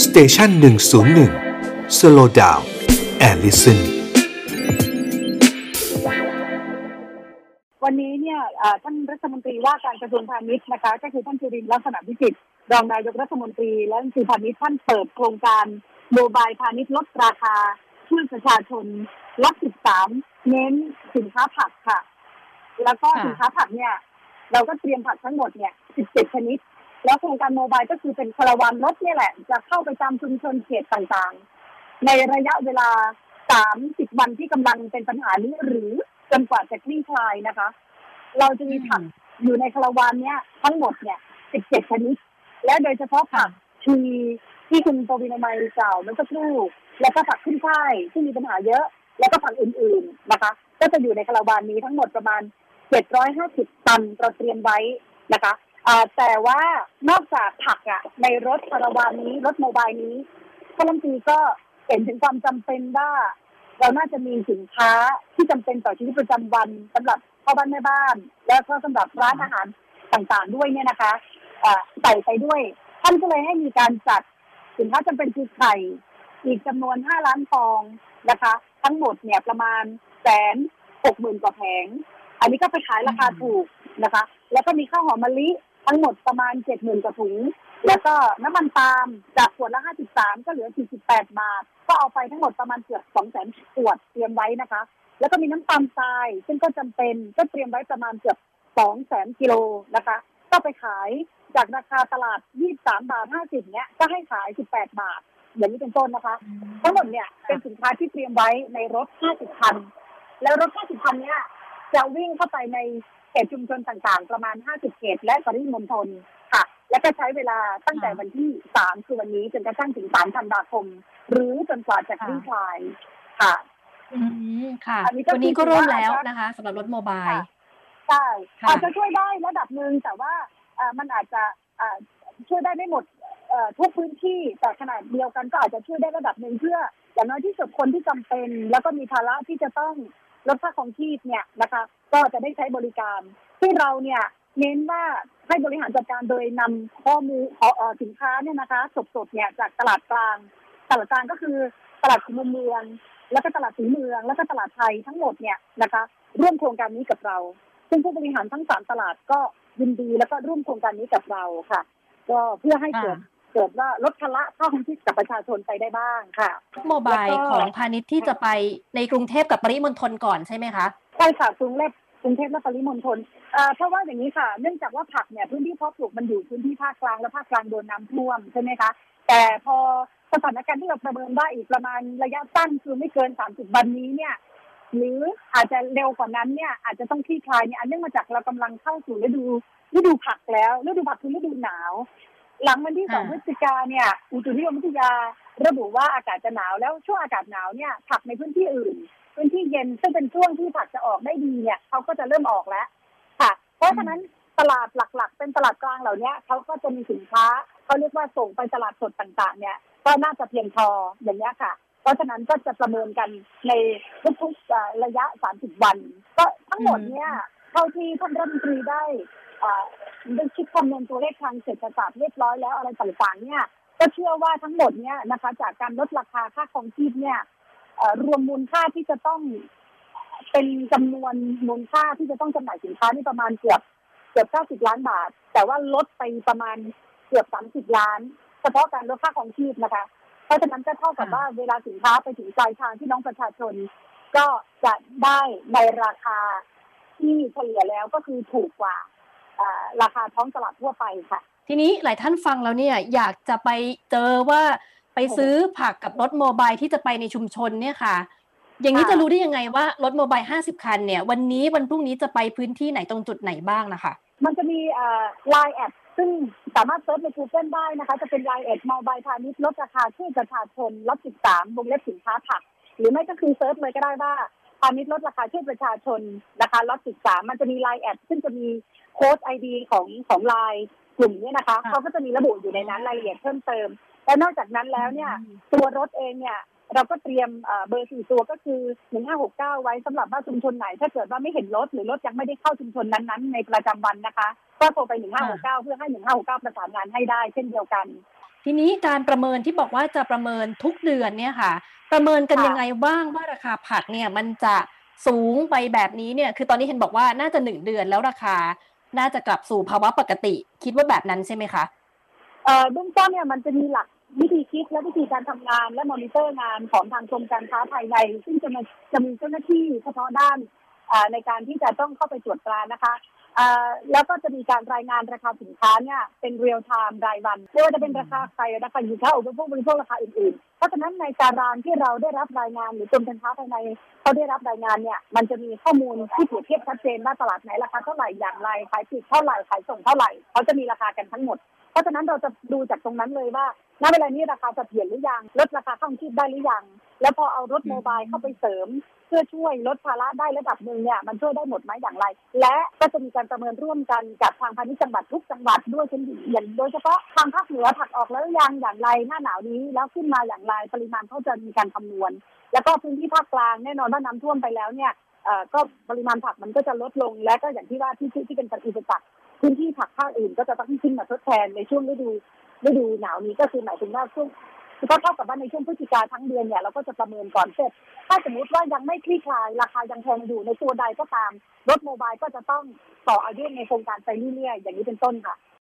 สเตชัน101 Slow Down and Listen วันนี้เนี่ยท่านรัฐมนตรีว่าการกระทรวงพาณิชย์นะคะก็คือท่านจุรินทร์ลักษณะวิจิตรรองนายกรัฐมนตรีและรัฐมนตรีพาณิชย์ท่านเปิดโครงการโมบายพาณิชย์ลดราคาช่วยประชาชนล็อต13เน้นสินค้าผักค่ะแล้วก็สินค้าผักเนี่ยเราก็เตรียมผักทั้งหมดเนี่ย17ชนิดแล้วโครงการโมบายก็คือเป็นคาราวานรถเนี่ยแหละจะเข้าไปตามชุมชนเขตต่างๆในระยะเวลา30วันที่กำลังเป็นปัญหานี้หรือจนกว่าจะคลี่คลายนะคะเราจะมีผักอยู่ในคาราวานเนี้ยทั้งหมดเนี่ย17ชนิดและโดยเฉพาะผักชีที่คุณปวีณามัยกล่าวเมื่อสักครู่แล้วก็ผักขึ้นช่ายที่มีปัญหาเยอะแล้วก็ผักอื่นๆนะคะก็จะอยู่ในคาราวานนี้ทั้งหมดประมาณ750ตันเราเตรียมไว้นะคะแต่ว่านอกจากผักในรถคาราวานนี้รถโมบายนี้ท่านรัฐมนตรีก็เห็นถึงความจำเป็นว่าเราน่าจะมีสินค้าที่จำเป็นต่อชีวิตประจำวันสำหรับพ่อบ้านแม่บ้านแล้วก็สำหรับร้านอาหารต่างๆด้วยเนี่ยนะคะใส่ไปด้วยท่านก็เลยให้มีการจัดสินค้าจำเป็นคือไข่อีกจำนวน5ล้านฟองนะคะทั้งหมดเนี่ยประมาณ160,000 กว่าแผงอันนี้ก็ไปขายราคาถูกนะคะแล้วก็มีข้าวหอมมะลิทั้งหมดประมาณ 70,000 กว่าถุงแล้วก็น้ำมันปาล์มจากขวดละ53ก็เหลือ48 บาทก็เอาไปทั้งหมดประมาณเกือบ 200,000 ขวดเตรียมไว้นะคะแล้วก็มีน้ำตาลทรายซึ่งก็จำเป็นก็เตรียมไว้ประมาณเกือบ 200,000 กิโลนะคะก็ไปขายจากราคาตลาด23.50 บาทเนี้ยก็ให้ขาย18 บาทอย่างนี้เป็นต้นนะคะทั้งหมดเนี่ยเป็นสินค้าที่เตรียมไว้ในรถ50 คันแล้วรถ50 คันเนี้ยจะวิ่งเข้าไปในเขตชุมชนต่างๆประมาณ50เขตและปริมณฑลค่ะและก็ใช้เวลาตั้งแต่วันที่3คือวันนี้จนกระทั่งถึง3ธันวาคมหรือจนกว่าจะคลี่คลายค่ะค่ะวันนี้ก็เริ่มแล้วนะคะสำหรับรถโมบายใช่อาจจะช่วยได้ระดับนึงแต่ว่ามันอาจจะช่วยได้ไม่หมดทุกพื้นที่แต่ขนาดเดียวกันก็อาจจะช่วยได้ระดับนึงเพื่ออย่างน้อยที่สุดคนที่จำเป็นแล้วก็มีภาระที่จะต้องลดค่าครองชีพเนี่ยนะคะก็จะได้ใช้บริการซึ่งเราเนี่ยเน้นว่าให้บริหารจัดการโดยนำข้อมูลสินค้าเนี่ยนะคะสดๆเนี่ยจากตลาดกลางก็คือตลาดคูเมืองแล้วก็ตลาดสีเมืองแล้วก็ตลาดไทยทั้งหมดเนี่ยนะคะร่วมโครงการนี้กับเราซึ่งผู้บริหารทั้ง3ตลาดก็ยินดีแล้วก็ร่วมโครงการนี้กับเราค่ะก็เพื่อให้เกิดว่าลดภาระค่าครองชีพกับประชาชนไปได้บ้างค่ะโมบายของพาณิชย์ที่จะไปในกรุงเทพกับปริมณฑลก่อนใช่ไหมคะใช่ค่ะกรุงเทพและปริมณฑลเพราะว่าอย่างนี้ค่ะเนื่องจากว่าผักเนี่ยพื้นที่เพาะปลูกมันอยู่พื้นที่ภาคกลางและภาคกลางโดนน้ำท่วมใช่ไหมคะแต่พอสถานการณ์ที่เราประเมินได้อีกประมาณระยะสั้นคือไม่เกิน30วันนี้เนี่ยหรืออาจจะเร็วกว่านั้นเนี่ยอาจจะต้องคลี่คลายเนี่ยเนื่องมาจากเรากำลังเข้าสู่ฤดูผักแล้วฤดูผักคือฤดูหนาวหลังวันที่2พฤศจิกายนเนี่ยอุตุนิยมวิทยาระบุว่าอากาศจะหนาวแล้วช่วงอากาศหนาวเนี่ยผักในพื้นที่อื่นพื้นที่เย็นซึ่งเป็นช่วงที่ผักจะออกได้ดีเนี่ยเขาก็จะเริ่มออกแล้วค่ะเพราะฉะนั้นตลาดหลักๆเป็นตลาดกลางเหล่านี้เขาก็จะมีสินค้าเขาเรียกว่าส่งไปตลาดสดต่างๆเนี่ยก็น่าจะเพียงพออย่างนี้ค่ะเพราะฉะนั้นก็จะประเมินกันในทุกๆระยะ30วันก็ทั้งหมดเนี่ยเท่าที่ท่านรัฐมนตรีได้คิดคำนวณตัวเลขทางเศรษฐศาสตร์เรียบร้อยแล้วอะไรต่างๆเนี่ยก็เชื่อว่าทั้งหมดเนี่ยนะคะจากการลดราคาค่าครองชีพเนี่ยรวมมูลค่าที่จะต้องเป็นจำนวนมูลค่าที่จะต้องจำหน่ายสินค้านี่ประมาณเกือบ90 ล้านบาทแต่ว่าลดไปประมาณเกือบ30 ล้านเฉพาะการลดค่าครองชีพนะคะเพราะฉะนั้นก็เท่ากับว่าเวลาสินค้าไปถึงปลายทางที่น้องประชาชนก็จะได้ในราคาที่เฉลี่ยแล้วก็คือถูกกว่าราคาท้องตลาดทั่วไปค่ะทีนี้หลายท่านฟังแล้วเนี่ยอยากจะไปเจอว่าไปซื้อผักกับรถโมบายที่จะไปในชุมชนเนี่ยค่ะอย่างนี้จะรู้ได้ยังไงว่ารถโมบาย50 คันเนี่ยวันนี้วันพรุ่งนี้จะไปพื้นที่ไหนตรงจุดไหนบ้างนะคะมันจะมีLine แอดซึ่งสามารถเซิร์ชใน Google ได้นะคะจะเป็น Line แอดโมบายพาณิชย์ลดราคาช่วยประชาชนล็อต13วงเล็บสินค้าผักหรือไม่ก็คือเซิร์ชเลยก็ได้ว่าพาณิชย์ลดราคาช่วยประชาชนนะคะล็อต13มันจะมี Line แอดซึ่งจะมีโค้ด ID ของ Line กลุ่มนี้นะคะเขาก็จะมีระบุอยู่ในนั้นรายละเอียดเพิ่มเติมและนอกจากนั้นแล้วเนี่ยตัวรถเองเนี่ยเราก็เตรียมเบอร์4ตัวก็คือ1569ไว้สำหรับว่าชุมชนไหนถ้าเกิดว่าไม่เห็นรถหรือรถยังไม่ได้เข้าชุมชนนั้นๆในประจำวันนะคะก็โทรไป1569เพื่อให้1569ประสานงานให้ได้เช่นเดียวกันทีนี้การประเมินที่บอกว่าจะประเมินทุกเดือนเนี่ยค่ะประเมินกันยังไงบ้างว่าราคาผักเนี่ยมันจะสูงไปแบบนี้เนี่ยคือตอนนี้เห็นบอกว่าน่าจะ1 เดือนแล้วราคาน่าจะกลับสู่ภาวะปกติคิดว่าแบบนั้นใช่ไหมคะเบื้องต้นเนี่ยมันจะมีหลักวิธีคิดและวิธีการทำงานและมอนิเตอร์งานของทางกรมการค้าภายในซึ่งจะมีเจ้าหน้าที่เฉพาะด้านในการที่จะต้องเข้าไปตรวจตรานะคะแล้วก็จะมีการรายงานราคาสินค้าเนี่ยเป็นเรียลไทม์รายวันไม่ว่าจะเป็นราคาไข่ราคาสินค้าอุปโภคบริโภคราคาอื่นๆเพราะฉะนั้นในตารางที่เราได้รับรายงานหรือกรมการค้าภายในเขาได้รับรายงานเนี่ยมันจะมีข้อมูลที่เปรียบเทียบชัดเจนว่าตลาดไหนราคาเท่าไหร่อย่างไรขายปลีกเท่าไหร่ขายส่งเท่าไหร่เขาจะมีราคากันทั้งหมดเพราะฉะนั้นเราจะดูจากตรงนั้นเลยว่าณเวลานี้ราคาเสถียรหรือยังลดราคาข้ามชีพได้หรือยังแล้วพอเอารถโมบายเข้าไปเสริมเพื่อช่วยลดภาระได้ระดับหนึ่งเนี่ยมันช่วยได้หมดไหมอย่างไรและก็จะมีการประเมินร่วมกันกับทางพาณิชย์จังหวัดทุกจังหวัดด้วยเช่นอย่างโดยเฉพาะทางภาคเหนือผักออกแล้วยังอย่างไรหน้าหนาวนี้แล้วขึ้นมาอย่างไรปริมาณเขาจะมีการคำนวณแล้วก็พื้นที่ภาคกลางแน่นอนว่าน้ำท่วมไปแล้วเนี่ยก็ปริมาณผักมันก็จะลดลงและก็อย่างที่ว่าที่เป็นอุปสรรคพื้นที่ผักภาคอื่นก็จะต้องขึ้นมาทดแทนในช่วงฤดูหนาวนี้ก็คือหมายถึงว่าช่วงก็เท่ากับว่าในช่วงพฤศจิกาทั้งเดือนเนี่ยเราก็จะประเมินก่อนเสร็จถ้าสมมติว่ายังไม่คลี่คลายราคายังแพงอยู่ในตัวใดก็ตามรถโมบายก็จะต้องต่ออายุในโครงการไปเรื่อยๆอย่างนี้เป็นต้นค่ะ